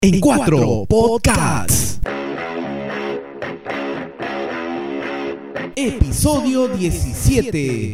En Cuatro Podcasts. Episodio 17.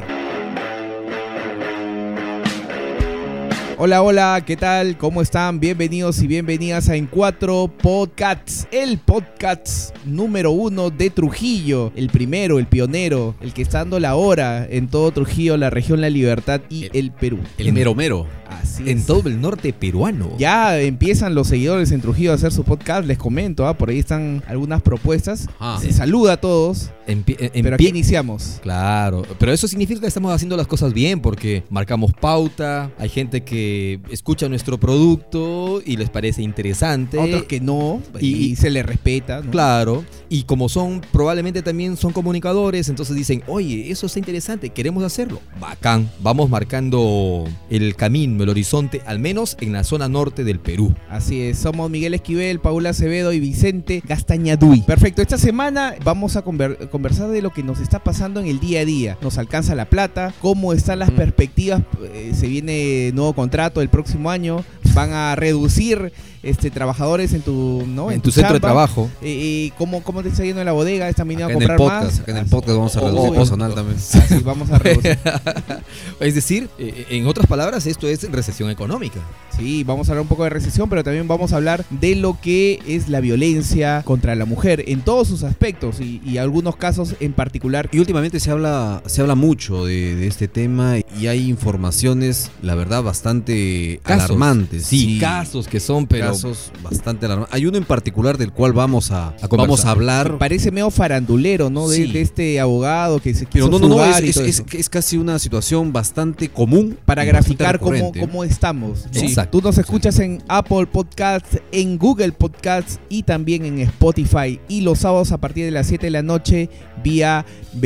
Hola, ¿qué tal? ¿Cómo están? Bienvenidos y bienvenidas a En Cuatro Podcasts, el podcast número 1 de Trujillo, el primero, el pionero, el que está dando la hora en todo Trujillo, la región La Libertad y el Perú. El mero. Así es. En todo el norte peruano. Ya empiezan los seguidores en Trujillo a hacer su podcast, les comento, por ahí están algunas propuestas. Se saluda a todos, pero aquí iniciamos. Claro, pero eso significa que estamos haciendo las cosas bien, porque marcamos pauta, hay gente que escucha nuestro producto y les parece interesante. Otros que no, y se les respeta, ¿no? Claro, y como probablemente también son comunicadores, entonces dicen, oye, eso está interesante, queremos hacerlo. Bacán, vamos marcando el camino, el horizonte, al menos en la zona norte del Perú. Así es, somos Miguel Esquivel, Paula Acevedo y Vicente Gastañaduy. Perfecto, esta semana vamos a conversar de lo que nos está pasando en el día a día. Nos alcanza la plata, cómo están las perspectivas, se viene nuevo contrato el próximo año, van a reducir trabajadores en tu centro de trabajo. ¿Cómo te está yendo en la bodega? ¿Están viniendo a comprar más? En el podcast vamos a reducir personal también. Así vamos a reducir. Es decir, en otras palabras, esto es recesión económica. Sí, vamos a hablar un poco de recesión, pero también vamos a hablar de lo que es la violencia contra la mujer en todos sus aspectos y algunos casos en particular. Y últimamente se habla mucho de este tema y hay informaciones, la verdad, bastante alarmantes. Sí, casos que son, pero casos bastante alarmantes. Hay uno en particular del cual vamos a hablar. Parece medio farandulero, ¿no? Sí. De este abogado que se quiso pero fugar es casi una situación bastante común para graficar cómo estamos, ¿no? Sí. Tú nos escuchas en Apple Podcasts, en Google Podcasts y también en Spotify. Y los sábados a partir de las 7 de la noche vía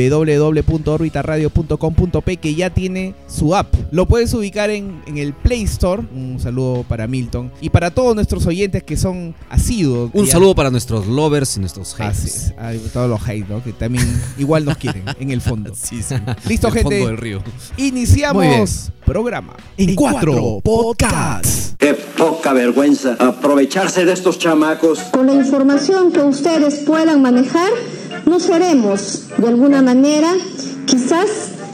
www.orbitaradio.com.p, que ya tiene su app. Lo puedes ubicar en el Play Store. Un saludo para Milton y para todos nuestros oyentes que son asiduos. Un saludo para nuestros lovers y nuestros haters. Todos los haters, ¿no? Que también igual nos quieren en el fondo. Sí. Listo, el gente. Fondo del río. Iniciamos programa En Cuatro Podcasts. ¡Qué poca vergüenza! Aprovecharse de estos chamacos. Con la información que ustedes puedan manejar, nos seremos de alguna manera, quizás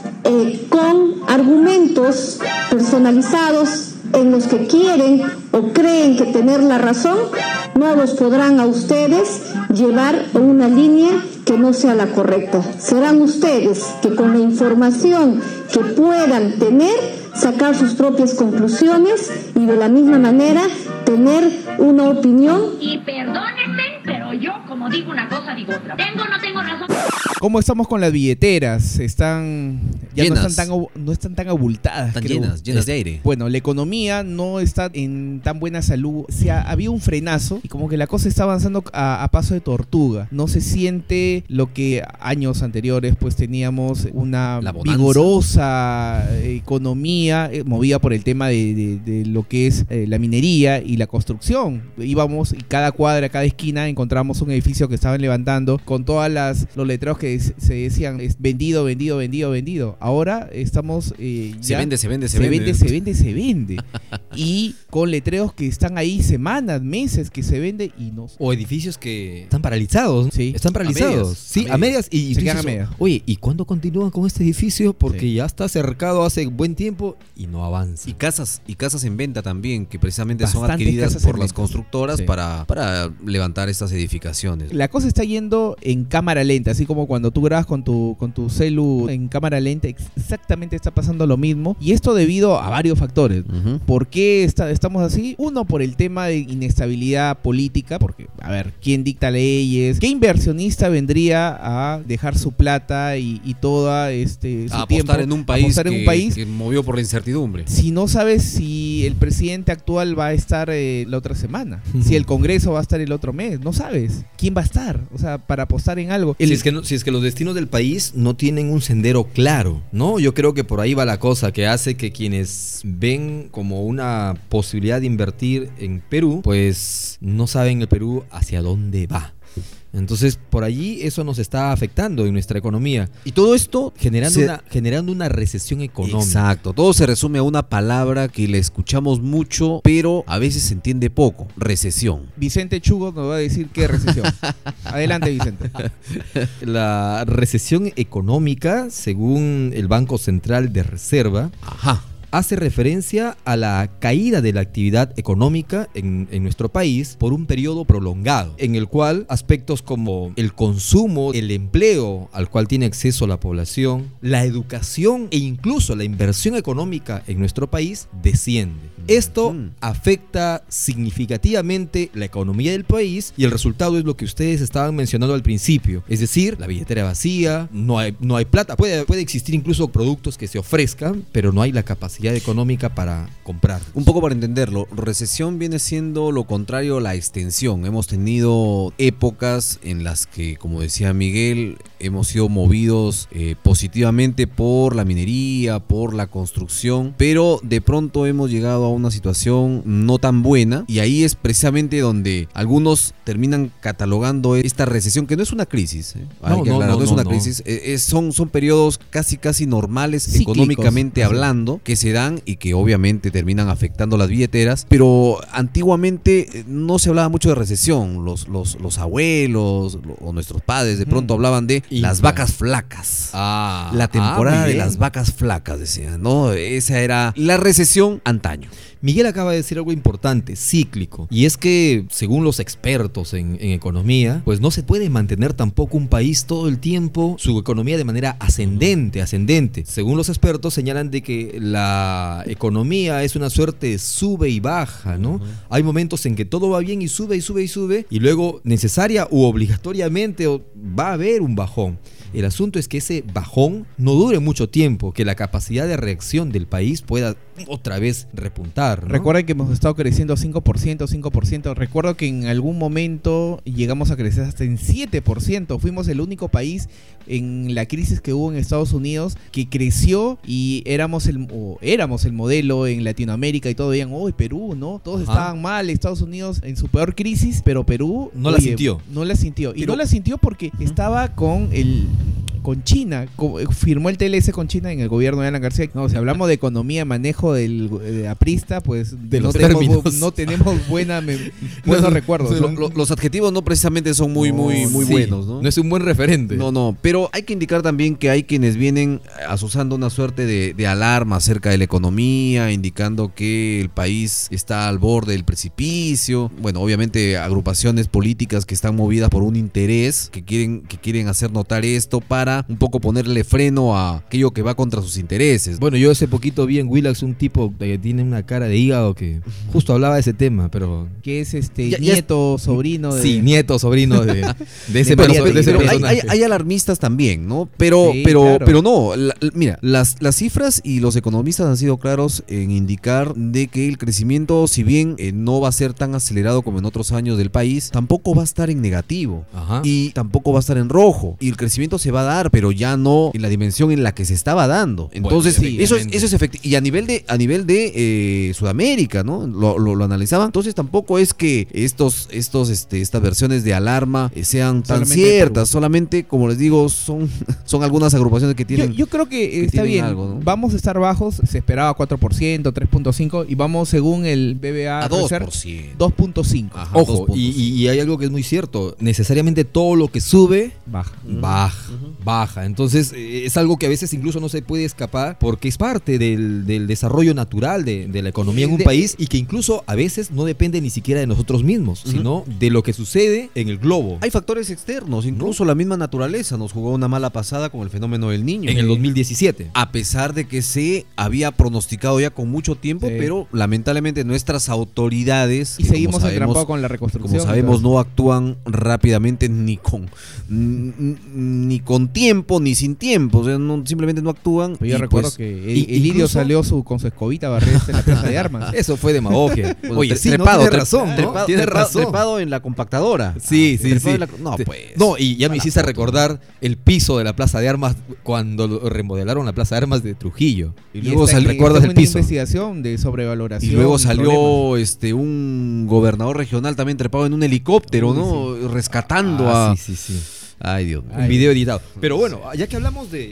con argumentos personalizados en los que quieren o creen que tener la razón, no los podrán a ustedes llevar a una línea que no sea la correcta. Serán ustedes que con la información que puedan tener, sacar sus propias conclusiones y de la misma manera tener una opinión. Y perdónenme, pero yo como digo una cosa, digo otra. ¿Tengo o no tengo razón? ¿Cómo estamos con las billeteras? Llenas. No están tan abultadas. Están creo. llenas de aire. Bueno, la economía no está en tan buena salud. O sea, había un frenazo y como que la cosa está avanzando a paso de tortuga. No se siente lo que años anteriores pues teníamos una vigorosa economía movida por el tema de lo que es la minería y la construcción. Íbamos y cada cuadra, cada esquina encontramos un edificio que estaban levantando con todas los letreros que se decían vendido. Ahora estamos se vende. Se vende. Y con letreros que están ahí semanas, meses que se vende y no. O edificios que están paralizados. Sí. Están paralizados. A medias. Y se quedan a medias. Oye, ¿y cuándo continúan con este edificio? Porque ya está cercado hace buen tiempo y no avanza. Y casas en venta también, que precisamente son Bastantes adquiridas casas por en las venta. constructoras Sí. para levantar estas edificaciones. La cosa está yendo en cámara lenta, así como cuando tú grabas con tu celu en cámara lenta, exactamente está pasando lo mismo. Y esto debido a varios factores. Uh-huh. ¿Por qué estamos así? Uno, por el tema de inestabilidad política, porque, a ver, ¿quién dicta leyes? ¿Qué inversionista vendría a dejar su plata y toda su A tiempo apostar en un país que movió por la incertidumbre? si no sabes si el presidente actual va a estar la otra semana, si el Congreso va a estar el otro mes, no sabes quién va a estar, o sea, para apostar en algo. Si es que los destinos del país no tienen un sendero claro, ¿no? Yo creo que por ahí va la cosa, que hace que quienes ven como una posibilidad de invertir en Perú, pues no saben el Perú hacia dónde va. Entonces, por allí eso nos está afectando en nuestra economía, Y todo esto generando una recesión económica. Exacto, todo se resume a una palabra que le escuchamos mucho, pero a veces se entiende poco: recesión. Vicente Chugo nos va a decir qué recesión. Adelante, Vicente. La recesión económica, según el Banco Central de Reserva, Ajá. hace referencia a la caída de la actividad económica en nuestro país por un periodo prolongado, en el cual aspectos como el consumo, el empleo al cual tiene acceso la población, la educación e incluso la inversión económica en nuestro país desciende. Esto afecta significativamente la economía del país y el resultado es lo que ustedes estaban mencionando al principio, es decir, la billetera vacía, no hay plata, puede existir incluso productos que se ofrezcan, pero no hay la capacidad económica para comprar. Un poco para entenderlo, recesión viene siendo lo contrario a la extensión. Hemos tenido épocas en las que, como decía Miguel, hemos sido movidos positivamente por la minería, por la construcción, pero de pronto hemos llegado a una situación no tan buena y ahí es precisamente donde algunos terminan catalogando esta recesión, que no es una crisis, hay que aclarar, no es una crisis, son periodos casi normales, cíclicos, económicamente hablando, que se dan y que obviamente terminan afectando las billeteras, pero antiguamente no se hablaba mucho de recesión. Los abuelos o nuestros padres de pronto hablaban de las vacas flacas. La temporada de las vacas flacas, decían, ¿no? Esa era la recesión antaño. Miguel acaba de decir algo importante, cíclico, y es que según los expertos en economía, pues no se puede mantener tampoco un país todo el tiempo su economía de manera ascendente. Según los expertos señalan de que la economía es una suerte de sube y baja, ¿no? Hay momentos en que todo va bien y sube, y luego necesaria u obligatoriamente va a haber un bajón. El asunto es que ese bajón no dure mucho tiempo, que la capacidad de reacción del país pueda otra vez repuntar, ¿no? Recuerden que hemos estado creciendo 5%. Recuerdo que en algún momento llegamos a crecer hasta en 7%. Fuimos el único país en la crisis que hubo en Estados Unidos que creció y éramos el modelo en Latinoamérica y todo veían, Perú, ¿no? Todos estaban mal, Estados Unidos en su peor crisis, pero Perú no la sintió. No la sintió. Y no la sintió porque estaba con China, firmó el TLS con China en el gobierno de Alan García. No, si hablamos de economía, manejo de aprista, pues no tenemos buenos recuerdos, ¿no? Los adjetivos no precisamente son muy buenos, ¿no? No es un buen referente. No, pero hay que indicar también que hay quienes vienen azuzando una suerte de alarma acerca de la economía, indicando que el país está al borde del precipicio. Bueno, obviamente agrupaciones políticas que están movidas por un interés, que quieren hacer notar esto para un poco ponerle freno a aquello que va contra sus intereses. Bueno, yo hace poquito vi en Willax un tipo que tiene una cara de hígado que justo hablaba de ese tema, pero... Que es nieto, sobrino de... Sí, nieto, sobrino de ese personaje. Hay alarmistas también, ¿no? Pero no, mira, las cifras y los economistas han sido claros en indicar de que el crecimiento, si bien no va a ser tan acelerado como en otros años del país, tampoco va a estar en negativo. Y tampoco va a estar en rojo. Y el crecimiento se va a dar, pero ya no en la dimensión en la que se estaba dando. Entonces, eso es efectivo. Y a nivel de Sudamérica, ¿no? Lo analizaba. Entonces tampoco es que estas versiones de alarma sean tan ciertas. Solamente, como les digo, son algunas agrupaciones que tienen. Yo creo que está bien. Algo, ¿no? Vamos a estar bajos. Se esperaba 4%, 3.5% y vamos según el BBA a 2%. 2.5%. Ojo, y hay algo que es muy cierto. Necesariamente todo lo que sube baja. Entonces es algo que a veces incluso no se puede escapar porque es parte del desarrollo natural de la economía en un país y que incluso a veces no depende ni siquiera de nosotros mismos, sino de lo que sucede en el globo. Hay factores externos, incluso la misma naturaleza nos jugó una mala pasada con el fenómeno del Niño. En el 2017. A pesar de que se había pronosticado ya con mucho tiempo, pero lamentablemente nuestras autoridades... Y seguimos entrampados con la reconstrucción. Como sabemos, no actúan rápidamente ni con tiempo ni sin tiempo, o sea, simplemente no actúan. Pero yo y recuerdo pues, que Elidio incluso- salió con su escobita a barrer en la plaza de armas. Eso fue demagogia. bueno, Oye, sí, trepado, no, tiene razón, ¿no? Tiene razón. Trepado en la compactadora. Sí, sí, Trepado sí. en la- no, pues. No, y ya me Mala hiciste foto. recordar el piso de la Plaza de Armas cuando remodelaron la Plaza de Armas de Trujillo. Y luego está- salió, ¿recuerdas está el una piso? investigación de sobrevaloración. y luego problemas. salió un gobernador regional también trepado en un helicóptero, Uy, ¿no? Rescatando a. Sí, sí, sí. Ay, Dios mío. Un video editado. Pero bueno, ya que hablamos de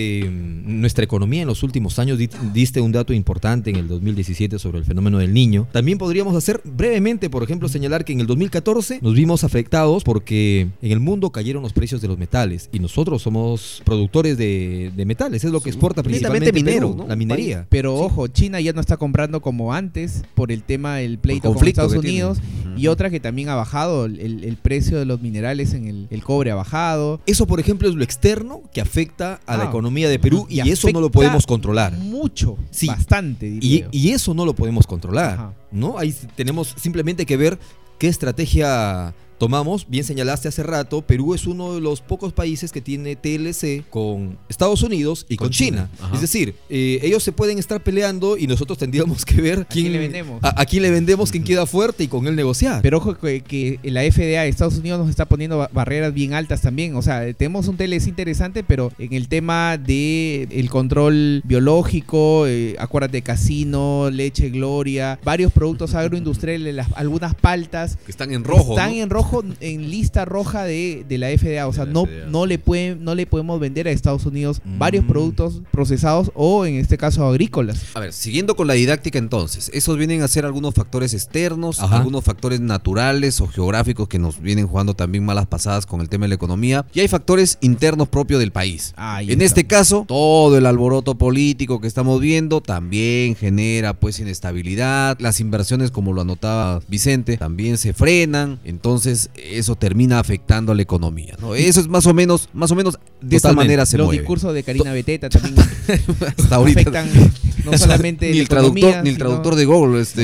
nuestra economía en los últimos años, diste un dato importante en el 2017 sobre el fenómeno del Niño. También podríamos hacer brevemente, por ejemplo, señalar que en el 2014 nos vimos afectados porque en el mundo cayeron los precios de los metales y nosotros somos productores de metales, es lo que exporta principalmente netamente Perú, minero, ¿no? la minería. Pero ojo, China ya no está comprando como antes por el tema del pleito con conflicto Estados que Unidos tienen. y otra que también ha bajado el precio de los minerales en el cobre ha bajado. Eso, por ejemplo, es lo externo que afecta a la economía de Perú y eso no lo afecta podemos controlar. Mucho, Sí. bastante diría yo. Y eso no lo podemos controlar, Ajá. ¿no? Ahí tenemos simplemente que ver qué estrategia tomamos. Bien señalaste hace rato, Perú es uno de los pocos países que tiene TLC con Estados Unidos y con China. Ajá. Es decir, ellos se pueden estar peleando y nosotros tendríamos que ver quién le vendemos? a quién le vendemos, quién queda fuerte y con él negociar. Pero ojo que la FDA de Estados Unidos nos está poniendo barreras bien altas también. O sea, tenemos un TLC interesante, pero en el tema de el control biológico, acuérdate, casino, leche Gloria, varios productos agroindustriales, algunas paltas Que están en rojo. están ¿no? en rojo, en lista roja de la FDA. O sea, la no FDA. no le podemos vender a Estados Unidos varios productos procesados o en este caso agrícolas. A ver, siguiendo con la didáctica entonces, esos vienen a ser algunos factores externos, Ajá. algunos factores naturales o geográficos que nos vienen jugando también malas pasadas con el tema de la economía, y hay factores internos propios del país. Ahí En está. este caso, todo el alboroto político que estamos viendo también genera pues inestabilidad, las inversiones, como lo anotaba Vicente, también se frenan, entonces eso termina afectando a la economía, ¿no? Eso es más o menos de esta Totalmente. manera se Los mueve. discursos de Karina Beteta también Hasta ahorita afectan no solamente ni la el traductor economía, ni el sino- traductor de Google No,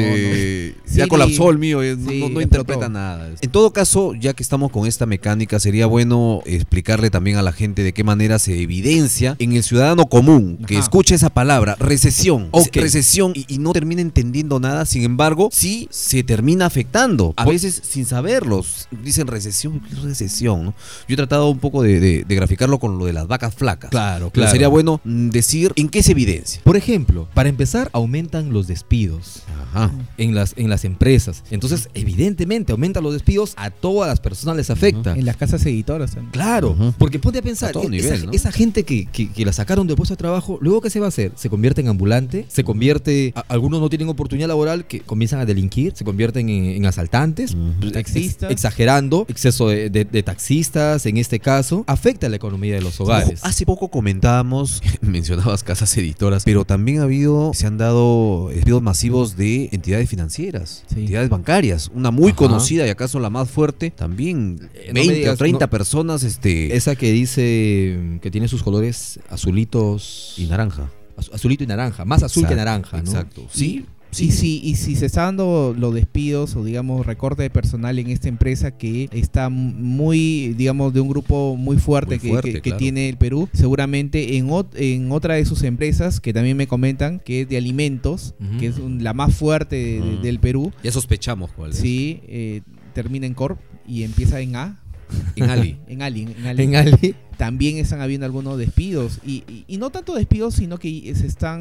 ya Siri- colapsó el mío, no sí, interpreta explotó. nada. En todo caso, ya que estamos con esta mecánica, sería bueno explicarle también a la gente de qué manera se evidencia en el ciudadano común que Ajá. escuche esa palabra, recesión, Ok. recesión, y no termina entendiendo nada. Sin embargo, sí se termina afectando, a veces sin saberlo. Dicen recesión, ¿qué es recesión? ¿no? Yo he tratado un poco de graficarlo con lo de las vacas flacas. Claro, Pero claro. sería bueno decir en qué se evidencia. Por ejemplo, para empezar, aumentan los despidos Ajá. en las empresas. Entonces, evidentemente, aumentan los despidos, a todas las personas les afecta. En las casas editoras también. Claro, Ujú. porque ponte a pensar, A todo esa, nivel, ¿no? esa gente que la sacaron del puesto de trabajo, luego ¿qué se va a hacer? Se convierte en ambulante, se convierte, algunos no tienen oportunidad laboral, que comienzan a delinquir, se convierten en asaltantes, Ujú. Taxistas. exagerando, exceso de taxistas en este caso, afecta a la economía de los hogares. Hace poco comentábamos, mencionabas casas editoras, pero también se han dado despidos masivos de entidades financieras, Sí. entidades bancarias. Una muy Ajá. conocida y acaso la más fuerte, también No me 20 digas, o 30 no. personas Esa que dice que tiene sus colores azulitos y naranja. azulito y naranja, más azul que Exacto, naranja, ¿no? Exacto. Sí. Y si se está dando los despidos o digamos recorte de personal en esta empresa que está muy, digamos, de un grupo muy fuerte, Muy fuerte, que claro. tiene el Perú, seguramente en otra de sus empresas que también me comentan que es de alimentos, Ujú. que es la más fuerte del Perú, Ya sospechamos cuál es. sí, termina en Corp y empieza en A. En Ali. En Ali. En Ali. También están habiendo algunos despidos y no tanto despidos, sino que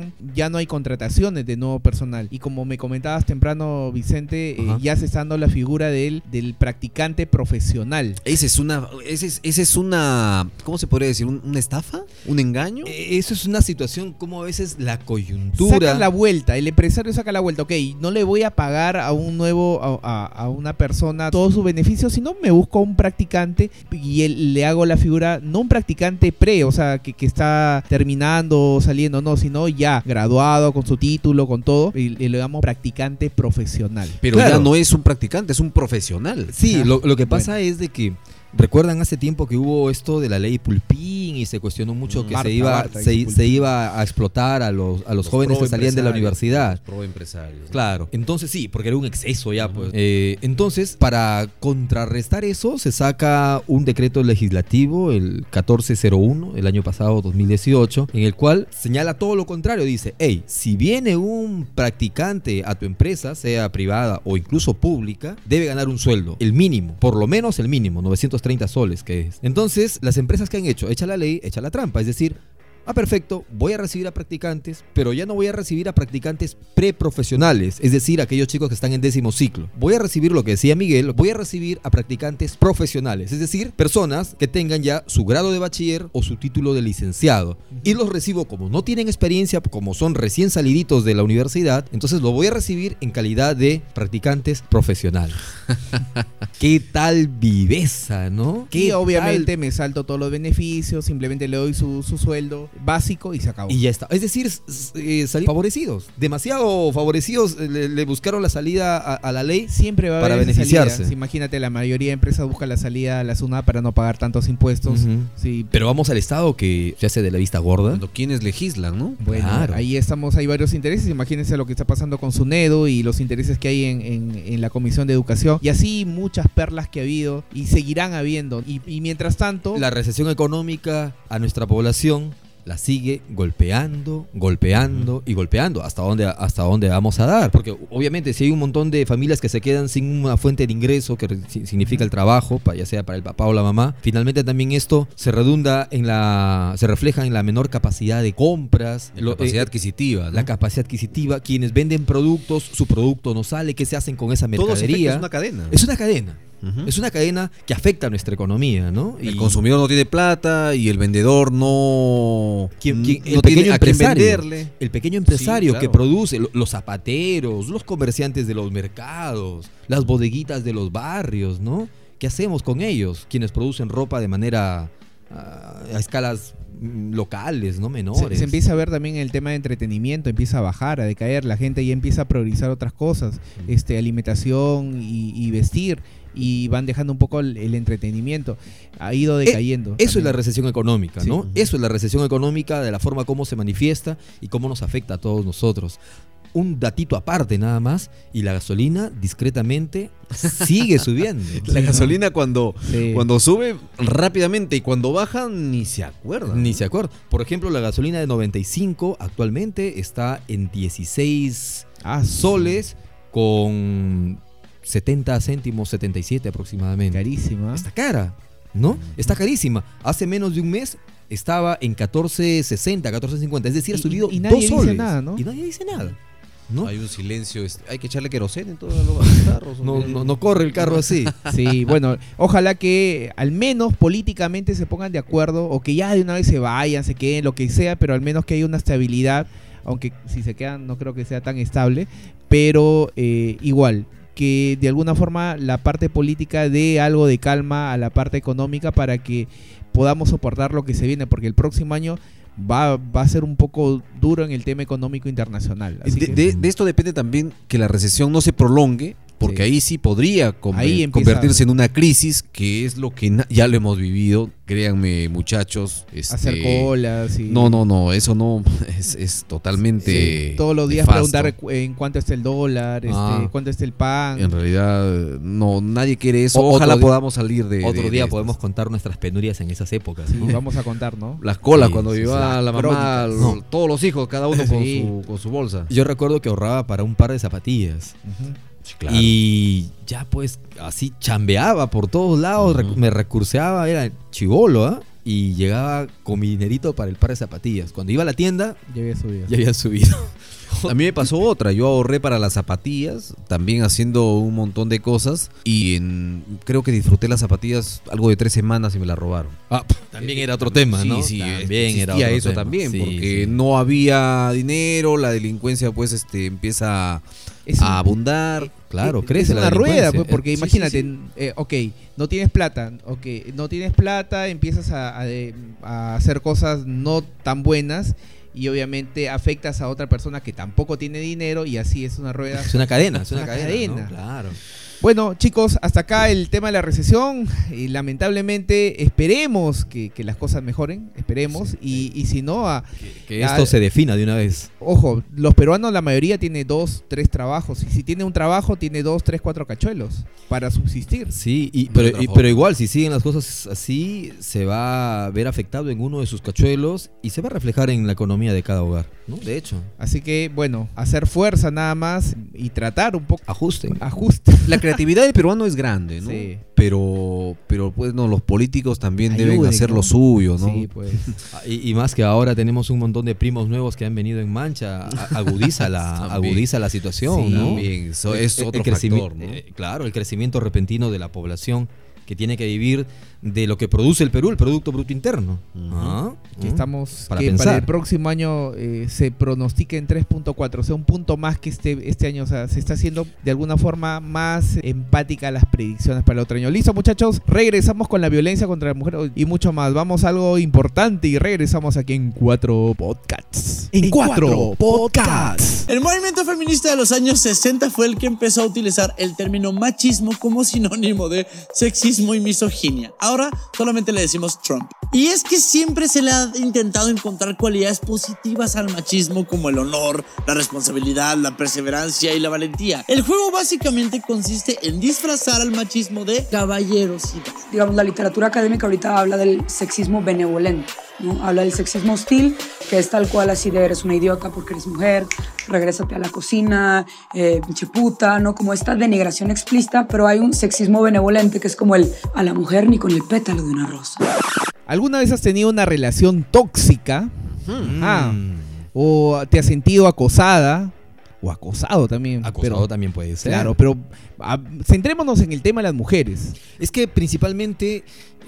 ya no hay contrataciones de nuevo personal, y como me comentabas temprano, Vicente, Ajá. ya se está dando la figura del practicante profesional. Esa es una, ¿cómo se podría decir? ¿Una estafa? ¿Un engaño? Eso es una situación como a veces la coyuntura. Sacan la vuelta, el empresario saca la vuelta, ok, no le voy a pagar a un nuevo, a una persona todos sus beneficios, sino me busco un practicante y le hago la figura, no un practicante o sea, que está terminando o saliendo, no, sino ya graduado con su título, con todo, y le damos practicante profesional. Pero claro. ya no es un practicante, es un profesional. Sí, Ajá. lo que pasa Bueno. es de que ¿Recuerdan hace tiempo que hubo esto de la ley Pulpín y se cuestionó mucho que Marta, se iba a explotar a los jóvenes que salían de la universidad? Proempresarios. Claro, entonces sí, porque era un exceso ya, pues. Entonces, para contrarrestar eso, se saca un decreto legislativo, el 1401, el año pasado, 2018, en el cual señala todo lo contrario. Dice, hey, si viene un practicante a tu empresa, sea privada o incluso pública, debe ganar un sueldo, el mínimo, por lo menos el mínimo, 930 soles que es. Entonces, las empresas que han hecho, echa la ley, echa la trampa, es decir, perfecto, voy a recibir a practicantes, pero ya no voy a recibir a practicantes preprofesionales, es decir, aquellos chicos que están en 10º ciclo. Voy a recibir lo que decía Miguel, voy a recibir a practicantes profesionales, es decir, personas que tengan ya su grado de bachiller o su título de licenciado. Y los recibo como no tienen experiencia, como son recién saliditos de la universidad, entonces los voy a recibir en calidad de practicantes profesionales. ¿Qué tal viveza, no? Y obviamente me salto todos los beneficios, simplemente le doy su sueldo básico y se acabó. Y ya está. Es decir, favorecidos. Demasiado favorecidos. Le buscaron la salida a la ley. Siempre va a haber para beneficiarse. Salidas. Imagínate, la mayoría de empresas buscan la salida a la SUNAT para no pagar tantos impuestos. Sí. Pero vamos al Estado que se hace de la vista gorda. Cuando quienes legislan, ¿no? Bueno, claro. Ahí estamos, hay varios intereses. Imagínense lo que está pasando con SUNEDU y los intereses que hay en la Comisión de Educación. Y así muchas perlas que ha habido y seguirán habiendo. Y mientras tanto, la recesión económica a nuestra población la sigue golpeando y golpeando. ¿Hasta dónde vamos a dar? Porque obviamente si hay un montón de familias que se quedan sin una fuente de ingreso que significa el trabajo, ya sea para el papá o la mamá, finalmente también esto se refleja en la menor capacidad de compras, la capacidad adquisitiva, ¿no? La capacidad adquisitiva. Quienes venden productos, su producto no sale. ¿Qué se hacen con esa mercadería? Es una cadena. Es una cadena. Es una cadena que afecta a nuestra economía, ¿no? El consumidor no tiene plata y el vendedor no el pequeño empresario, venderle. El pequeño empresario, sí, claro, que produce, los zapateros, los comerciantes de los mercados, las bodeguitas de los barrios, ¿no? ¿Qué hacemos con ellos? Quienes producen ropa de manera a escalas locales, no menores. Se empieza a ver también el tema de entretenimiento, empieza a bajar, a decaer, la gente ya empieza a priorizar otras cosas, alimentación y vestir, y van dejando un poco el entretenimiento. Ha ido decayendo. Eso es la recesión económica, ¿no? Sí. Eso es la recesión económica, de la forma como se manifiesta y cómo nos afecta a todos nosotros. Un datito aparte nada más, y la gasolina discretamente sigue subiendo. La gasolina cuando sube rápidamente y cuando baja ni se acuerda. Ni se acuerda. Por ejemplo, la gasolina de 95 actualmente está en 16 soles con 70 céntimos, 77 aproximadamente. Carísima. Está cara, ¿no? Está carísima. Hace menos de un mes estaba en 14.60, 14.50. Es decir, ha subido y nadie 2 soles. Dice nada, ¿no? Y nadie dice nada, ¿no? Hay un silencio. Hay que echarle queroseno en todos los carros. No corre el carro así. Sí, bueno, ojalá que al menos políticamente se pongan de acuerdo, o que ya de una vez se vayan, se queden, lo que sea, pero al menos que haya una estabilidad, aunque si se quedan no creo que sea tan estable, pero igual, que de alguna forma la parte política dé algo de calma a la parte económica para que podamos soportar lo que se viene, porque el próximo año va a ser un poco duro en el tema económico internacional. Así de esto depende también que la recesión no se prolongue, porque ahí sí podría convertirse en una crisis, que es lo que ya lo hemos vivido. Créanme, muchachos. Hacer colas. No, eso no es totalmente. Sí, todos los días nefasto. Preguntar en cuánto está el dólar, cuánto está el pan. En realidad, no, nadie quiere eso. Ojalá podamos salir de. Otro día podemos contar nuestras penurias en esas épocas. Sí, ¿no? vamos a contar, ¿no? Las colas, Sí, cuando llevaba la mamá, todos los hijos, cada uno con su bolsa. Yo recuerdo que ahorraba para un par de zapatillas. Sí, claro. Y ya pues así chambeaba por todos lados, me recurseaba, era chibolo, y llegaba con mi dinerito para el par de zapatillas. Cuando iba a la tienda, ya había subido. A mí me pasó otra, yo ahorré para las zapatillas, también haciendo un montón de cosas, y creo que disfruté las zapatillas algo de 3 semanas y me las robaron. También era otro tema, ¿no? Sí, también era existía otro eso tema. también, Sí, porque sí. no había dinero, la delincuencia pues empieza a abundar. Claro, crece es la una rueda, delincuencia. pues, porque Sí, imagínate, sí. no tienes plata, empiezas a hacer cosas no tan buenas y obviamente afectas a otra persona que tampoco tiene dinero, y así es una rueda. Es una cadena, Una cadena. ¿no? Claro. Bueno, chicos, hasta acá el tema de la recesión. Y lamentablemente esperemos que las cosas mejoren, esperemos. Sí, y si no, que esto se defina de una vez. Ojo, los peruanos, la mayoría tiene 2, 3 trabajos. Y si tiene un trabajo, tiene 2, 3, 4 cachuelos para subsistir. Sí, pero igual, si siguen las cosas así, se va a ver afectado en uno de sus cachuelos y se va a reflejar en la economía de cada hogar, ¿no? De hecho. Así que, bueno, hacer fuerza nada más y tratar un poco. Ajusten. La creatividad del peruano es grande, ¿no? Sí. Pero pues no, los políticos también Ayuden, deben hacer, ¿no?, lo suyo, ¿no? Sí, pues. Y más que ahora tenemos un montón de primos nuevos que han venido en Mancha, agudiza la situación, Sí, ¿no? También, eso es otro crecimiento, factor, ¿no? claro, el crecimiento repentino de la población que tiene que vivir de lo que produce el Perú, el Producto Bruto Interno. Que estamos Para que pensar. para el próximo año se pronostica en 3.4, o sea, un punto más que este año. O sea, se está haciendo de alguna forma más empática las predicciones para el otro año. Listo, muchachos, regresamos con la violencia contra la mujer y mucho más. Vamos a algo importante y regresamos aquí en 4 Podcasts. En 4 Podcasts. El movimiento feminista de los años 60 fue el que empezó a utilizar el término machismo como sinónimo de sexismo y misoginia. Ahora solamente le decimos Trump. Y es que siempre se le ha intentado encontrar cualidades positivas al machismo, como el honor, la responsabilidad, la perseverancia y la valentía. El juego básicamente consiste en disfrazar al machismo de caballerosidad. Digamos, la literatura académica ahorita habla del sexismo benevolente, ¿no? Habla del sexismo hostil, que es tal cual así de eres una idiota porque eres mujer, regrésate a la cocina, pinche puta, ¿no? Como esta denigración explícita, pero hay un sexismo benevolente que es como el a la mujer ni con el pétalo de una rosa. ¿Alguna vez has tenido una relación tóxica? ¿O te has sentido acosada? O acosado también. Acosado también puede ser. Claro, pero centrémonos en el tema de las mujeres. Es que principalmente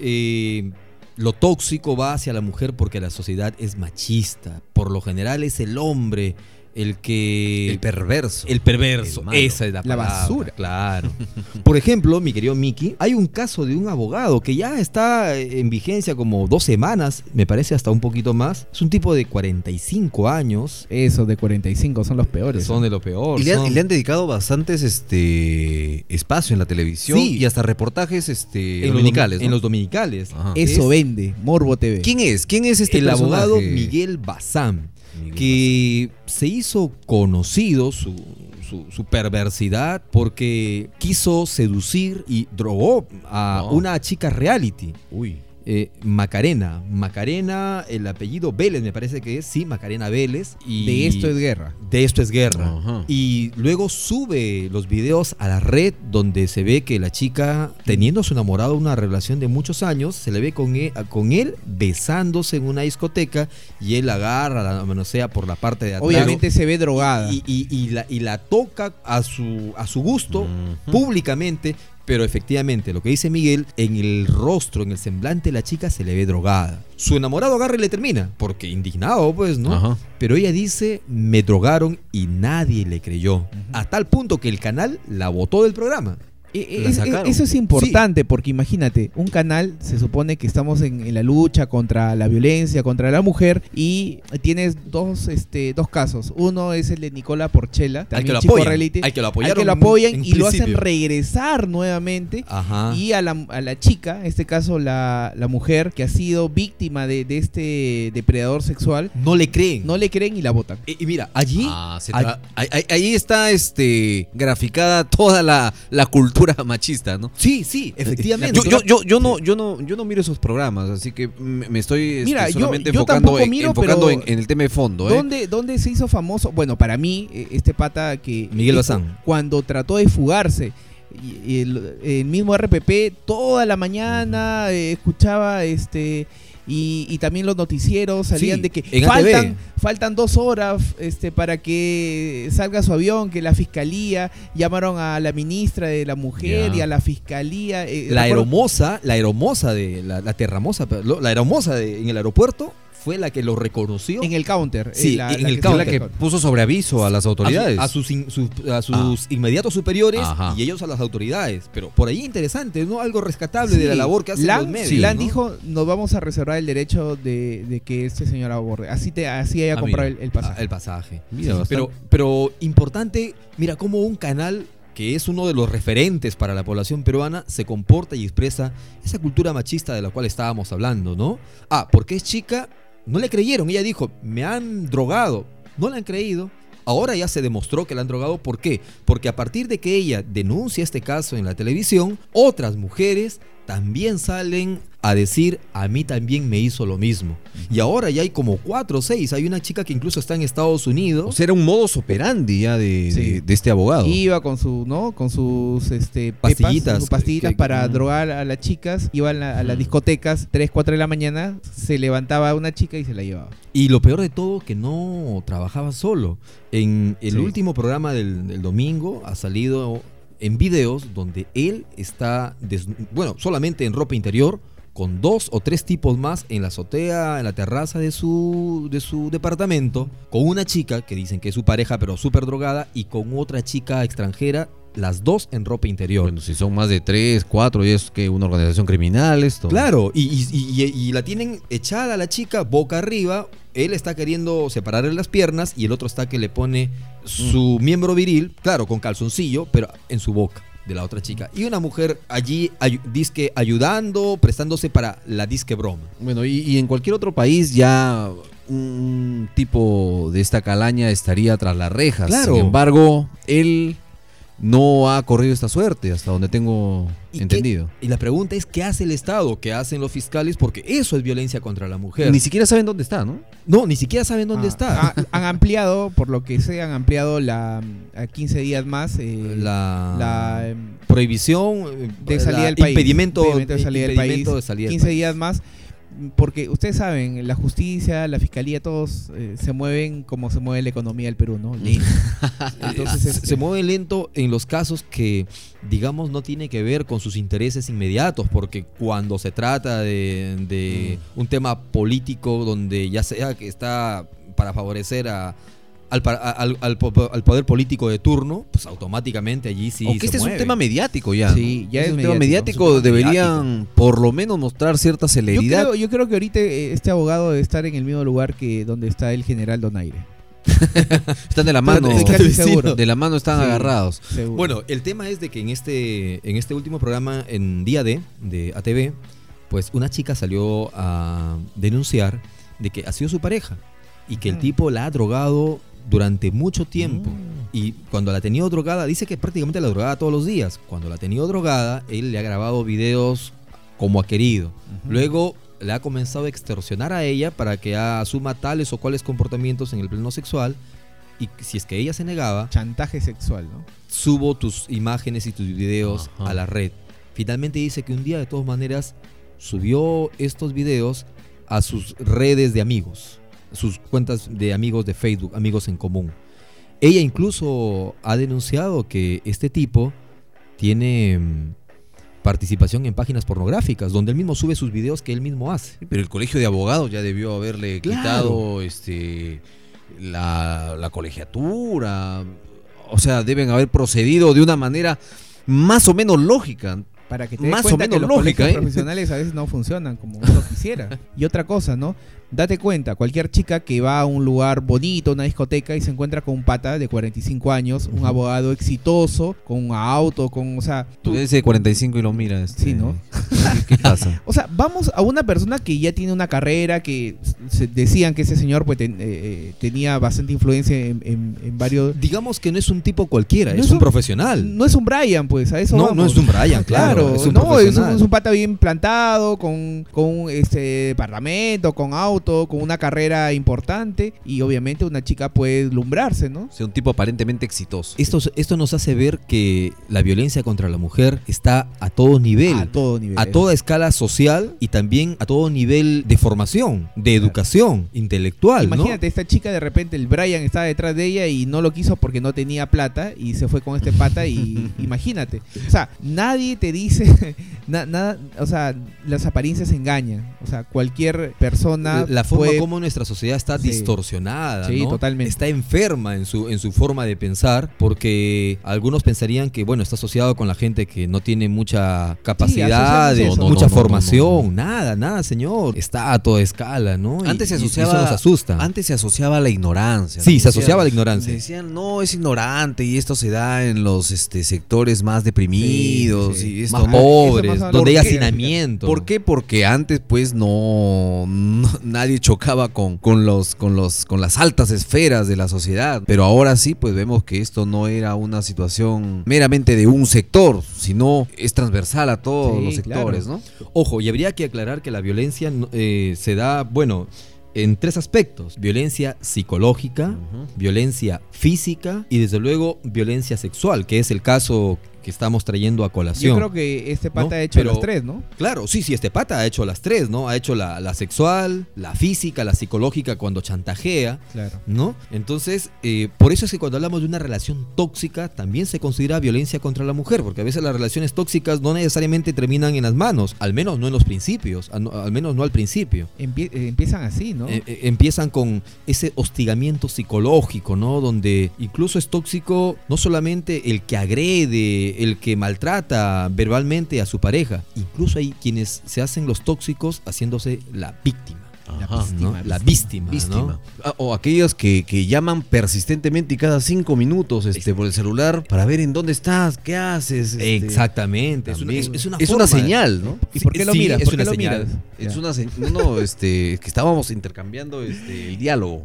lo tóxico va hacia la mujer porque la sociedad es machista. Por lo general es el hombre el perverso. El malo. Esa es la palabra. Basura. Claro. Por ejemplo, mi querido Miki, hay un caso de un abogado que ya está en vigencia como 2 semanas, me parece hasta un poquito más. Es un tipo de 45 años. Esos de 45 son los peores. Son de lo peor. Y le han dedicado bastantes espacio en la televisión, sí, y hasta reportajes dominicales, ¿no? En los dominicales. Ajá. Eso vende, Morbo TV. ¿Quién es este el personaje? Abogado Miguel Bazán, que se hizo conocido su perversidad porque quiso seducir y drogó a una chica reality. Macarena, el apellido Vélez me parece que es, sí, Macarena Vélez. Y de esto es guerra. De esto es guerra. Ajá. Y luego sube los videos a la red donde se ve que la chica, teniendo a su enamorado una relación de muchos años, se le ve con él besándose en una discoteca y él la agarra, la manosea por la parte de atrás. Obviamente se ve drogada. Y la toca a su gusto, públicamente. Pero efectivamente, lo que dice Miguel, en el rostro, en el semblante de la chica se le ve drogada. Su enamorado agarra y le termina, porque indignado, pues, ¿no? Ajá. Pero ella dice, me drogaron y nadie le creyó. A tal punto que el canal la botó del programa. Eso es importante, sí, porque imagínate, un canal, se supone que estamos en la lucha contra la violencia, contra la mujer, y tienes dos casos. Uno es el de Nicola Porchela, al que lo apoyan y lo hacen regresar nuevamente. Ajá. Y a la chica, en este caso la mujer que ha sido víctima de este depredador sexual, no le creen y la botan. Y mira, allí ahí está graficada toda la cultura machista, ¿no? Sí, efectivamente. Yo no miro esos programas, así que me estoy solamente yo enfocando en el tema de fondo. ¿Dónde se hizo famoso? Bueno, para mí, este pata que... Miguel Bazán. Cuando trató de fugarse, y el mismo RPP toda la mañana escuchaba y también los noticieros salían de que faltan 2 horas para que salga su avión, que la fiscalía llamaron a la ministra de la mujer y a la fiscalía. La aeromoza en el aeropuerto fue la que lo reconoció. En el counter. Sí, en el counter. La que puso sobre aviso a las autoridades. A sus inmediatos superiores. Ajá. Y ellos a las autoridades. Pero por ahí interesante, ¿no? Algo rescatable de la labor que hacen los medios. Lan dijo, nos vamos a reservar el derecho de que este señor aborde. Así haya comprado el pasaje. El pasaje. Mira, pero importante, mira cómo un canal que es uno de los referentes para la población peruana, se comporta y expresa esa cultura machista de la cual estábamos hablando, ¿no? Porque es chica, no le creyeron, ella dijo, me han drogado, no la han creído. Ahora ya se demostró que la han drogado. ¿Por qué? Porque a partir de que ella denuncia este caso en la televisión, otras mujeres también salen a decir, a mí también me hizo lo mismo. Y ahora ya hay como 4 o 6. Hay una chica que incluso está en Estados Unidos. O sea, era un modus operandi ya de este abogado. Iba con sus pastillitas, pastillitas para drogar a las chicas. Iba a las discotecas 3, 4 de la mañana, se levantaba una chica y se la llevaba. Y lo peor de todo, que no trabajaba solo. En el último programa del domingo ha salido en videos donde él está, solamente en ropa interior, con 2 o 3 tipos más en la azotea, en la terraza de su departamento, con una chica que dicen que es su pareja pero súper drogada, y con otra chica extranjera, las 2 en ropa interior. Bueno, si son más de 3, 4, y es que una organización criminal esto. Claro, y la tienen echada a la chica boca arriba. Él está queriendo separarle las piernas y el otro está que le pone su miembro viril, claro, con calzoncillo, pero en su boca de la otra chica. Y una mujer allí disque ayudando, prestándose para la disque broma. Bueno, y en cualquier otro país ya un tipo de esta calaña estaría tras las rejas. Claro. Sin embargo, él no ha corrido esta suerte, hasta donde tengo entendido. Y la pregunta es, ¿qué hace el Estado? ¿Qué hacen los fiscales? Porque eso es violencia contra la mujer. Ni siquiera saben dónde está, ¿no? No, ni siquiera saben dónde está. Han ampliado, por lo que sé, a 15 días más la prohibición de salida del país. Impedimento de salida del país. 15 días más. Porque ustedes saben, la justicia, la fiscalía, todos se mueven como se mueve la economía del Perú, ¿no? Lento. Entonces, se mueve lento en los casos que, digamos, no tiene que ver con sus intereses inmediatos, porque cuando se trata de un tema político donde ya sea que está para favorecer al poder político de turno, pues automáticamente allí sí. Aunque se es mueve. un tema mediático ya. Sí, ya es un tema mediático. Deberían por lo menos mostrar cierta celeridad. Yo creo que ahorita este abogado debe estar en el mismo lugar que donde está el general Donaire. Están de la mano. Casi seguro. De la mano están agarrados. Seguro. Bueno, el tema es de que en este último programa, en Día de ATV, pues una chica salió a denunciar de que ha sido su pareja y que el tipo la ha drogado durante mucho tiempo. Y cuando la ha tenido drogada, dice que prácticamente la drogaba todos los días. Cuando la ha tenido drogada, él le ha grabado videos como ha querido. Luego le ha comenzado a extorsionar a ella para que asuma tales o cuales comportamientos en el plano sexual. Y si es que ella se negaba, chantaje sexual, ¿no? Subo tus imágenes y tus videos a la red. Finalmente dice que un día, de todas maneras, subió estos videos a sus redes de amigos, sus cuentas de amigos de Facebook, amigos en común. Ella incluso ha denunciado que este tipo tiene participación en páginas pornográficas, donde él mismo sube sus videos que él mismo hace. Pero el colegio de abogados ya debió haberle quitado la colegiatura. O sea, deben haber procedido de una manera más o menos lógica. Para que te des cuenta que los colegios profesionales a veces no funcionan como uno quisiera. Y otra cosa, ¿no? Date cuenta, cualquier chica que va a un lugar bonito, una discoteca, y se encuentra con un pata de 45 años, un abogado exitoso, con un auto, o sea... Tú eres de 45 y lo miras. Sí, ¿no? ¿Qué pasa? O sea, vamos a una persona que ya tiene una carrera, que decían que ese señor pues tenía bastante influencia en varios... Digamos que no es un tipo cualquiera, es un profesional. No es un Brian, pues, a eso vamos. No es un Brian, claro. Es un profesional. Es un pata bien plantado, con departamento, con auto, con una carrera importante, y obviamente una chica puede deslumbrarse, ¿no? O sea, un tipo aparentemente exitoso. Esto nos hace ver que la violencia contra la mujer está a todo nivel. A todo nivel. A toda escala social y también a todo nivel de formación, de educación intelectual. Imagínate, esta chica, de repente el Brian estaba detrás de ella y no lo quiso porque no tenía plata y se fue con este pata y imagínate. O sea, nadie te dice nada, o sea, las apariencias engañan. O sea, cualquier persona... La forma como nuestra sociedad está distorsionada, sí, ¿no? Totalmente. Está enferma en su forma de pensar, porque algunos pensarían que, bueno, está asociado con la gente que no tiene mucha capacidad de eso. mucha no, formación, nada, señor. Está a toda escala, ¿no? Antes se y asociaba, eso nos asusta. Antes se asociaba a la ignorancia. Sí, ¿no? se asociaba a la ignorancia. Decían, no, es ignorante y esto se da en los sectores más deprimidos Sí, sí. y esto Más no. pobres, Eso más donde hay ¿por qué? hacinamiento. ¿Por qué? Porque antes pues no nadie chocaba con las altas esferas de la sociedad, pero ahora sí pues vemos que esto no era una situación meramente de un sector, sino es transversal a todos Sí, los sectores, claro. ¿no? Ojo, y habría que aclarar que la violencia se da, bueno, en tres aspectos: violencia psicológica, violencia física y desde luego violencia sexual, que es el caso que estamos trayendo a colación. Yo creo que este pata ¿no? ha hecho Pero- las tres, ¿no? Claro, sí, este pata ha hecho las tres, ¿no? Ha hecho la sexual, la física, la psicológica cuando chantajea, Claro. ¿no? Entonces, por eso es que cuando hablamos de una relación tóxica, también se considera violencia contra la mujer, porque a veces las relaciones tóxicas no necesariamente terminan en las manos, al menos no en los principios, al menos no al principio. Empiezan así, ¿no? Empiezan con ese hostigamiento psicológico, ¿no? Donde incluso es tóxico no solamente el que agrede, el que maltrata verbalmente a su pareja, incluso hay quienes se hacen los tóxicos haciéndose la víctima. Ajá. ¿no? La víctima, ¿no? O aquellos que llaman persistentemente y cada 5 minutos por el celular para ver en dónde estás, qué haces. Exactamente. Es también. una Es forma una señal, ¿no? ¿Y por qué lo sí, miras? es ¿Por una qué lo señal. miras? Es Ya. una señal, es que estábamos intercambiando el diálogo.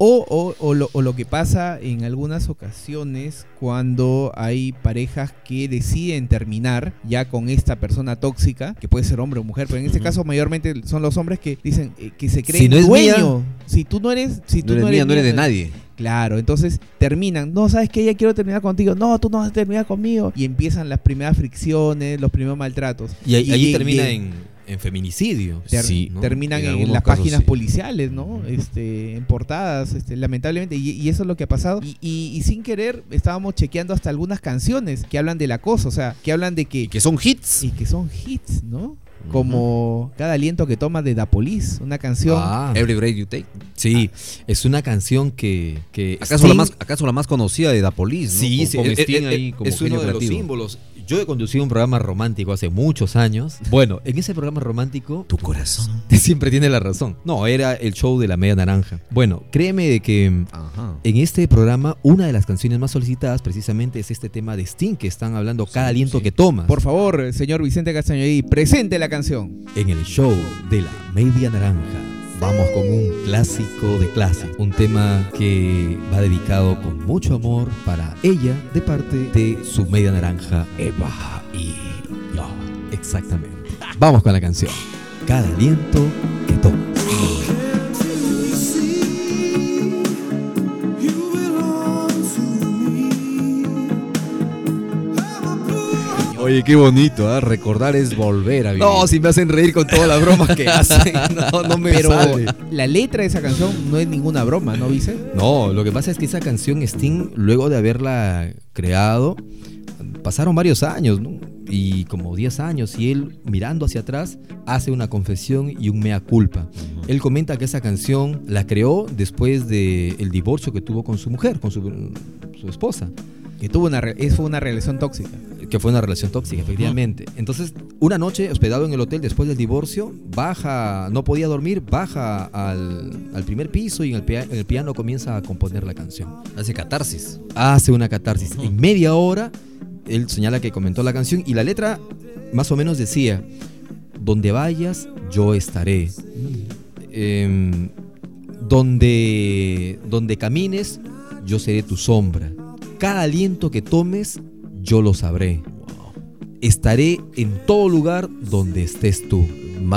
O lo que pasa en algunas ocasiones cuando hay parejas que deciden terminar ya con esta persona tóxica, que puede ser hombre o mujer, pero en este caso mayormente son los hombres que dicen que se creen Si no es dueño. mía, Si tú no eres, no eres de nadie. Claro, entonces terminan, no, ¿sabes qué? Ya quiero terminar contigo, no, tú no vas a terminar conmigo. Y empiezan las primeras fricciones, los primeros maltratos. Y allí termina y- en feminicidio. Sí, ¿no? terminan En en algunos las casos, páginas sí. policiales, ¿no? En portadas, lamentablemente, y eso es lo que ha pasado. Y sin querer estábamos chequeando hasta algunas canciones que hablan del acoso, o sea, que hablan de que... Que son hits. Y que son hits, ¿no? Como Cada aliento que toma de Da Police, una canción... Ah, Every Breath You Take. sí, es una canción que ¿Acaso, Sting- la más conocida de Da Police, ¿no? Sí, Con- sí, con es, Sting ahí como es uno genio de los creativo. símbolos. Yo he conducido un programa romántico hace muchos años. Bueno, en ese programa romántico Tu corazón. siempre tiene la razón. No, era el show de la media naranja. Bueno, créeme de que Ajá. en este programa una de las canciones más solicitadas precisamente es este tema de Sting, que están hablando cada aliento que tomas. Por favor, señor Vicente Castañedí, presente la canción. En el show de la media naranja vamos con un clásico de clase, un tema que va dedicado con mucho amor para ella de parte de su media naranja Eva y yo. Exactamente. Vamos con la canción. Cada aliento que tomas. Oye, qué bonito, ¿ah? Recordar es volver a vivir. No, si me hacen reír con todas las bromas que hacen. No me Pero sale. la letra de esa canción no es ninguna broma, ¿no, Vice? No, lo que pasa es que esa canción Sting, luego de haberla creado, pasaron varios años, ¿no? Y como 10 años, y él mirando hacia atrás hace una confesión y un mea culpa. Él comenta que esa canción la creó después del divorcio que tuvo con su mujer, con su esposa. Que fue una relación tóxica. Que fue una relación tóxica, efectivamente. Entonces, una noche, hospedado en el hotel después del divorcio, baja, no podía dormir, baja al primer piso y en el piano comienza a componer la canción. Hace catarsis. Hace una catarsis. En media hora, él señala que comentó la canción y la letra más o menos decía: donde vayas, yo estaré. Donde camines, yo seré tu sombra. Cada aliento que tomes, yo lo sabré. Estaré en todo lugar donde estés tú.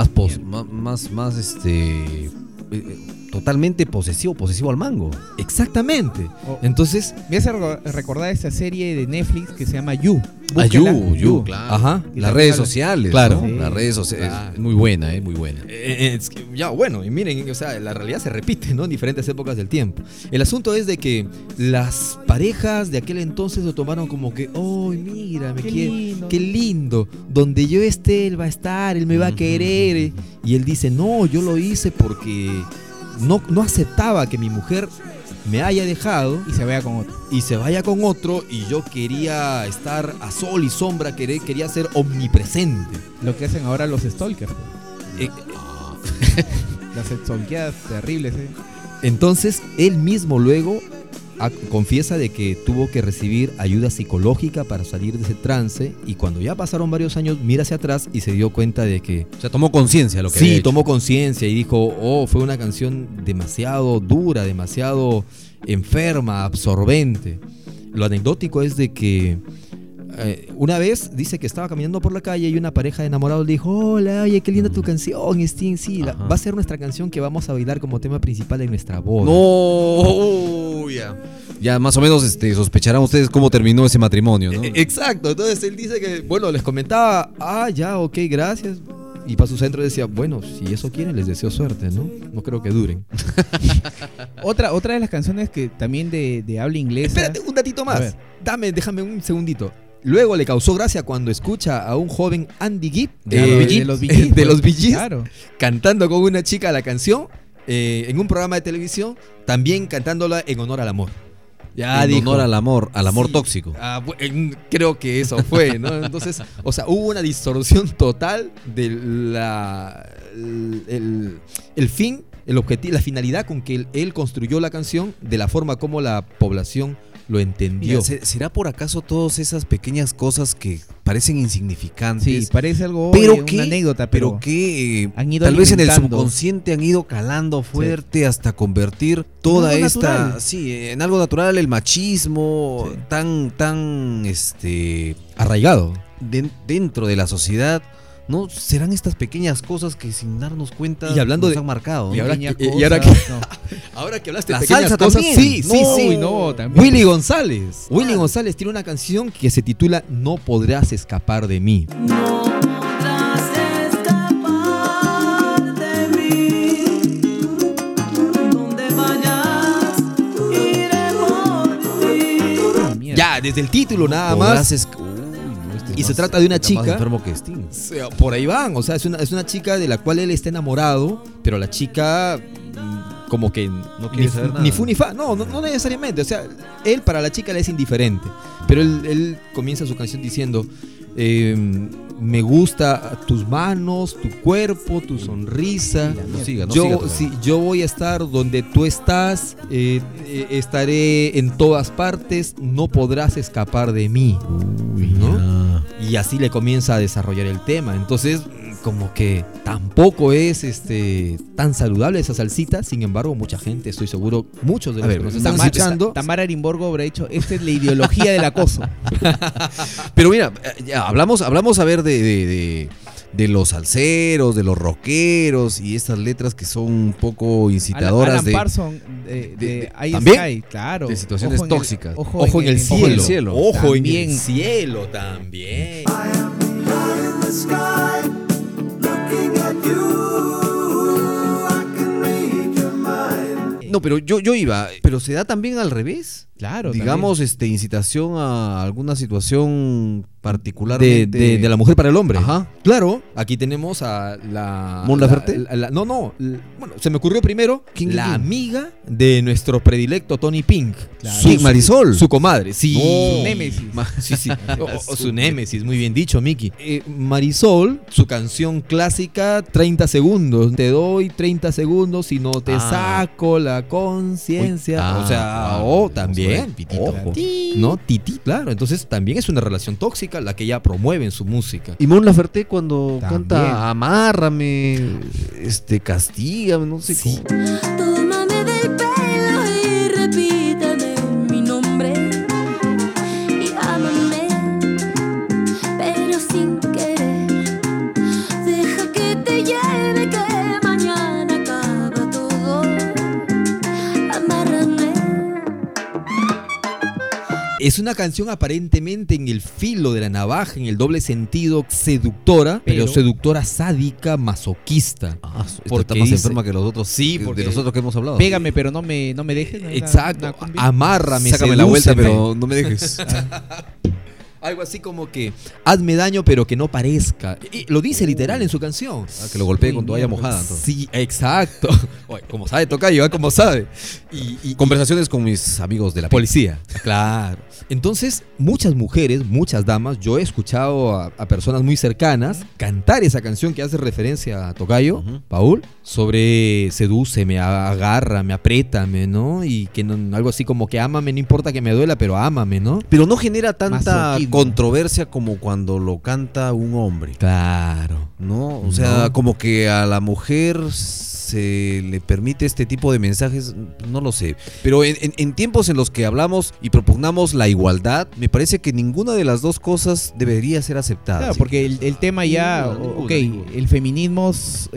Totalmente posesivo al mango. Exactamente. Oh. Entonces, Me hace recordar esta serie de Netflix que se llama You. Ah, Búsquela. You, claro. ajá. Las redes sociales. Claro. ¿no? Sí. Las redes sociales. Claro. Es muy buena, muy buena. Es que, ya, bueno, y miren, o sea, la realidad se repite, ¿no? En diferentes épocas del tiempo. El asunto es de que las parejas de aquel entonces lo tomaron como que, oh, mira, me Qué quiere, lindo. qué lindo. Donde yo esté, él va a estar, él me va a querer. Y él dice, no, yo lo hice porque no aceptaba que mi mujer me haya dejado Y se vea con otro. y se vaya con otro, y yo quería estar a sol y sombra, quería ser omnipresente. Lo que hacen ahora los stalkers. Eh, Las stalkeadas terribles, Entonces, él mismo luego confiesa de que tuvo que recibir ayuda psicológica para salir de ese trance, y cuando ya pasaron varios años, mira hacia atrás y se dio cuenta de que O sea, tomó conciencia de lo que había sí, hecho. tomó conciencia y dijo, fue una canción demasiado dura, demasiado enferma, absorbente. Lo anecdótico es de que una vez dice que estaba caminando por la calle y una pareja de enamorados le dijo, hola, oye, qué linda tu canción, Sting, sí, va a ser nuestra canción que vamos a bailar como tema principal en nuestra boda. No, ya más o menos sospecharán ustedes cómo terminó ese matrimonio, ¿no? Exacto, entonces él dice que, bueno, les comentaba, ya, ok, gracias. Y para su centro decía, bueno, si eso quieren, les deseo suerte, ¿no? No creo que duren. Otra de las canciones que también de habla inglesa. Espérate, un datito A más. ver. Déjame un segundito. Luego le causó gracia cuando escucha a un joven Andy Gibb de los Bee Gees, de los Bee Gees, Claro. cantando con una chica la canción en un programa de televisión, también cantándola en honor al amor. Ya En dijo, honor al amor sí, tóxico. Creo que eso fue, ¿no? Entonces, o sea, hubo una distorsión total de el fin, el objetivo, la finalidad con que él construyó la canción, de la forma como la población lo entendió. Mira, ¿será por acaso todas esas pequeñas cosas que parecen insignificantes? Sí, parece algo pero una que, anécdota, pero que han ido tal vez en el alimentando. subconsciente han ido calando fuerte hasta convertir toda algo esta, natural. sí, en algo natural, el machismo Sí. tan Arraigado. dentro de la sociedad. ¿No? Serán estas pequeñas cosas que sin darnos cuenta Y hablando nos de- han marcado, ¿no? y ahora Pequeñas y ahora cosas, que- no. Ahora que hablaste La de pequeñas salsa cosas, también. sí. No, también. Willy González. Willy González tiene una canción que se titula No podrás escapar de mí. No podrás escapar de mí. Donde vayas, iré por ti. Ah, mierda. Ya, desde el título nada Podrás más. este Y es se más- trata de una está más chica. enfermo que Sting. O sea, por ahí van, o sea, es una chica de la cual él está enamorado, pero la chica como que No quiere saber nada. ni fu ni fa, no necesariamente, o sea, él para la chica le es indiferente, pero él comienza su canción diciendo, me gusta tus manos, tu cuerpo, tu sonrisa, No siga, no yo, siga todavía. sí, yo voy a estar donde tú estás, estaré en todas partes, no podrás escapar de mí, ¿no? Y así le comienza a desarrollar el tema. Entonces, como que tampoco es tan saludable esa salsita. Sin embargo, mucha gente, estoy seguro, muchos de los que nos están escuchando. Tamara Arimborgo habrá dicho, esta es la ideología del acoso. Pero mira, ya hablamos a ver de los salseros, de los rockeros y estas letras que son un poco incitadoras Alan de Parsons de Ice ¿también? Sky, claro. de situaciones Ojo en el- tóxicas. Ojo en el Ojo en el cielo. cielo. Ojo en el También. cielo también. In the sky, looking at you, I can read your mind. No, pero yo iba, pero se da también al revés. Claro, Digamos, incitación a alguna situación particularmente De la mujer para el hombre. Ajá. Claro, aquí tenemos a la... ¿Mon Laferte? Bueno, se me ocurrió primero ¿Quién? la amiga de nuestro predilecto Tony Pink. Claro. Sí, Marisol. Su comadre, sí. Su némesis. Sí, sí. O su némesis, muy bien dicho, Miki. Marisol, su canción clásica, 30 segundos. Te doy 30 segundos y no te saco la conciencia. Uy. O sea, Vamos, también. pitito. Ojo. ¿No? Titi, claro. Entonces también es una relación tóxica la que ella promueve en su música. Y Mon Laferte cuando También. canta amárrame, castígame, no sé Sí. cómo. Tómame del pelo y repítame mi nombre y ámame, pero sin querer. Deja que te lleve, que mañana acaba todo. Amárrame. Es una canción aparentemente en el filo de la navaja, en el doble sentido, seductora, pero Pero- seductora sádica, masoquista. Esta Porque está más dice- enferma que los otros, Sí, porque- de los otros que hemos hablado. Pégame, pero no me dejes. ¿no? Exacto. Una cumbia. Amárrame, Sácame la vuelta, sedúceme. pero no me dejes. Algo así como que hazme daño pero que no parezca. Y lo dice literal en su canción. Que lo golpee con toalla mojada. Entonces. Sí, exacto. Oye, como sabe tocayo, como sabe. Y conversaciones con mis amigos de la policía. Claro. Entonces, muchas mujeres, muchas damas, yo he escuchado a personas muy cercanas cantar esa canción que hace referencia a tocayo, Paul, sobre seduce, me agarra, me apriétame, ¿no? Y que no, algo así como que ámame, no importa que me duela, pero ámame, ¿no? Pero no genera tanta Masoquismo. controversia como cuando lo canta un hombre. Claro. ¿No? O sea, como que a la mujer se le permite este tipo de mensajes, no lo sé. Pero en tiempos en los que hablamos y propugnamos la igualdad, me parece que ninguna de las dos cosas debería ser aceptada. Claro, porque el tema ya, Ninguna. el feminismo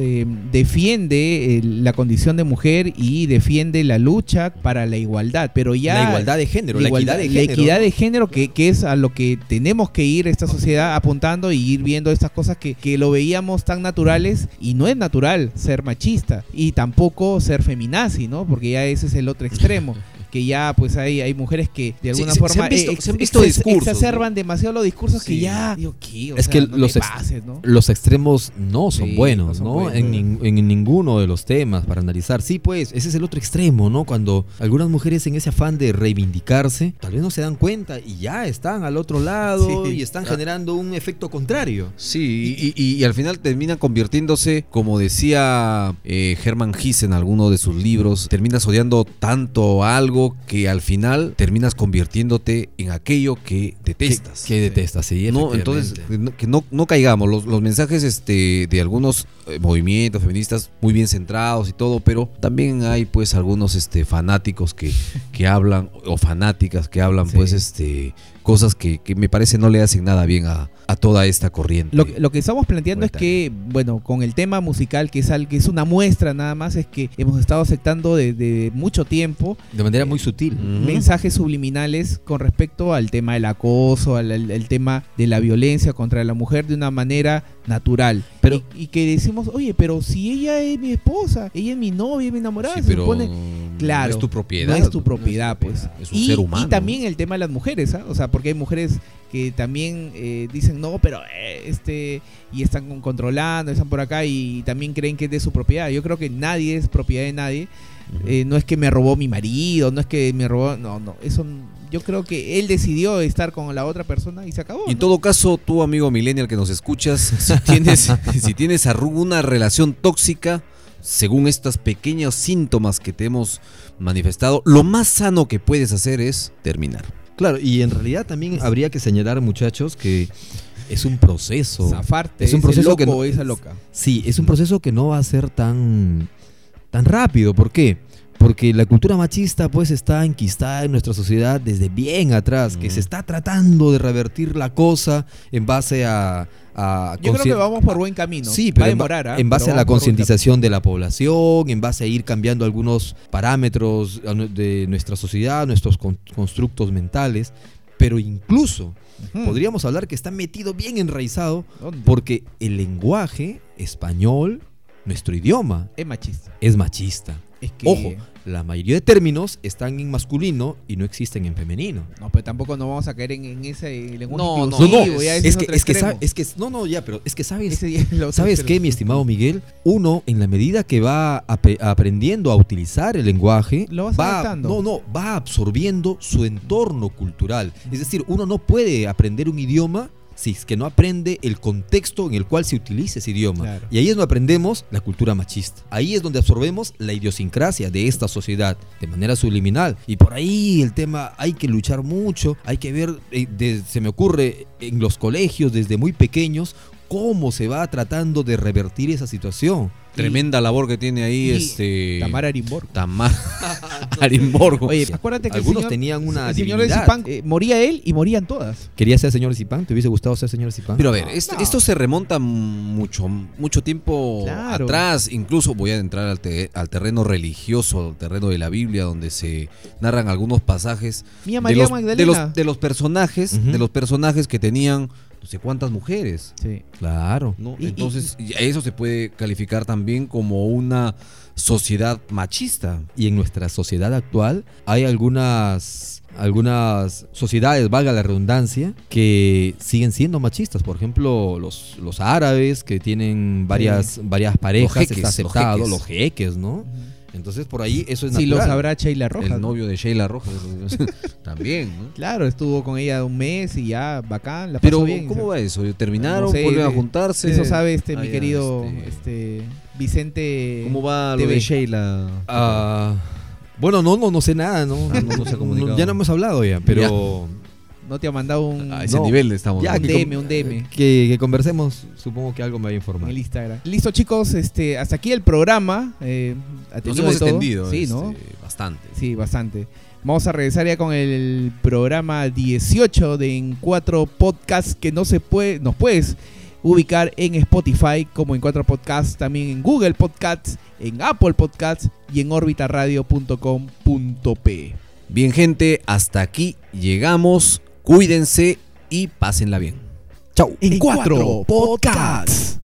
defiende la condición de mujer y defiende la lucha para la igualdad, pero ya... La igualdad de género, la equidad de género. La equidad de género que es a lo que tenemos que ir esta sociedad apuntando y ir viendo estas cosas que lo veíamos tan naturales, y no es natural ser machista y tampoco ser feminazi, ¿no? Porque ya ese es el otro extremo. Que ya pues hay mujeres que de alguna forma se han visto discursos, exacerban ¿no? demasiado los discursos Sí. que ya digo, ¿qué? O Es sea, que no te pases, ¿no? los extremos no son Sí, buenos, no son ¿no? buenos. En ninguno de los temas para analizar. Sí, pues, ese es el otro extremo, ¿no? Cuando algunas mujeres en ese afán de reivindicarse, tal vez no se dan cuenta y ya están al otro lado Sí. y están generando un efecto contrario. Sí, y al final termina convirtiéndose, como decía Hermann Hesse en alguno de sus libros, terminas odiando tanto algo que al final terminas convirtiéndote en aquello que detestas. Que detestas, sí. No, entonces que no caigamos. Los mensajes de algunos movimientos feministas muy bien centrados y todo, pero también hay pues algunos fanáticos que hablan, o fanáticas que hablan pues cosas que me parece no le hacen nada bien a toda esta corriente. Lo que estamos planteando es que, bueno, con el tema musical, que es una muestra nada más, es que hemos estado aceptando desde mucho tiempo de manera muy sutil mensajes subliminales con respecto al tema del acoso, al tema de la violencia contra la mujer de una manera natural. Pero, y que decimos, oye, pero si ella es mi esposa, ella es mi novia, es mi enamorada, Sí, se pero supone, claro, no es tu propiedad. no es tu propiedad, pues. Es un ser humano. Y también el tema de las mujeres, ¿ah? O sea, porque hay mujeres que también dicen no, pero y están controlando, están por acá y también creen que es de su propiedad. Yo creo que nadie es propiedad de nadie. No es que me robó mi marido, no es que me robó, no, eso yo creo que él decidió estar con la otra persona y se acabó. Y en todo caso, tú, amigo millennial que nos escuchas, si tienes alguna relación tóxica, según estos pequeños síntomas que te hemos manifestado, lo más sano que puedes hacer es terminar. Claro, y en realidad también habría que señalar, muchachos, que es un proceso. Zafarte, es un proceso loco que no, o esa loca. Sí, es un proceso que no va a ser tan rápido. ¿Por qué? Porque la cultura machista pues está enquistada en nuestra sociedad desde bien atrás, que se está tratando de revertir la cosa en base a yo creo que vamos por buen camino. Sí, pero va a demorar, en base pero a la vamos por buen concientización de la población, en base a ir cambiando algunos parámetros de nuestra sociedad, nuestros constructos mentales, pero incluso podríamos hablar que está metido bien enraizado, porque el lenguaje español, nuestro idioma, es machista. Es que... Ojo, la mayoría de términos están en masculino y no existen en femenino. No, pero tampoco nos vamos a caer en ese lenguaje No, inclusivo, ya ese es otro que extremo. ¿Sabes qué, mi estimado Miguel? Uno, en la medida que va aprendiendo a utilizar el lenguaje, lo vas adaptando. Va absorbiendo su entorno cultural. Es decir, uno no puede aprender un idioma si es que no aprende el contexto en el cual se utiliza ese idioma. Claro. Y ahí es donde aprendemos la cultura machista. Ahí es donde absorbemos la idiosincrasia de esta sociedad de manera subliminal. Y por ahí el tema, hay que luchar mucho, hay que ver, se me ocurre en los colegios desde muy pequeños, cómo se va tratando de revertir esa situación. Tremenda labor que tiene ahí Tamara Arimborgo. Arimborgo. Oye, acuérdate que algunos tenían una el señor de divinidad. Zipán, moría él y morían todas. ¿Querías ser señor Zipán? ¿Te hubiese gustado ser señor Zipán? Pero a ver, esto se remonta mucho tiempo atrás. Incluso voy a entrar al terreno religioso, al terreno de la Biblia, donde se narran algunos pasajes Mía María Magdalena. de los personajes que tenían no sé cuántas mujeres. Sí. Claro. ¿No? Y- Entonces, eso se puede calificar también como una sociedad machista. Y en nuestra sociedad actual hay algunas sociedades, valga la redundancia, que siguen siendo machistas. Por ejemplo, los árabes, que tienen varias parejas, jeques, está aceptado, los los jeques, ¿no? Entonces por ahí eso es Sí, lo natural. sabrá Sheila Rojas. El novio de Sheila Rojas también, ¿no? Claro, estuvo con ella un mes y ya, bacán, la pasó Pero, bien. ¿cómo va eso? ¿Terminaron? No sé, ¿Volvieron a juntarse? Eso sabe mi ya, querido Vicente. ¿Cómo va lo TV? de Sheila? Bueno, no sé nada, ¿no? no se ha comunicado. Ya no hemos hablado ya, pero No te ha mandado un, A ese No. nivel estamos. Ya, un que DM, un DM. que conversemos, supongo que algo me va a En informar. el Instagram. Listo, chicos, hasta aquí el programa. Ha Nos tenido hemos de todo. extendido Sí, ¿no? bastante. Sí, bastante. Vamos a regresar ya con el programa 18 de En Cuatro Podcasts, que nos puedes ubicar en Spotify como En Cuatro Podcasts, también en Google Podcasts, en Apple Podcasts y en orbitaradio.com.pe. Bien, gente, hasta aquí llegamos. Cuídense y pásenla bien. Chau. En Cuatro Podcasts.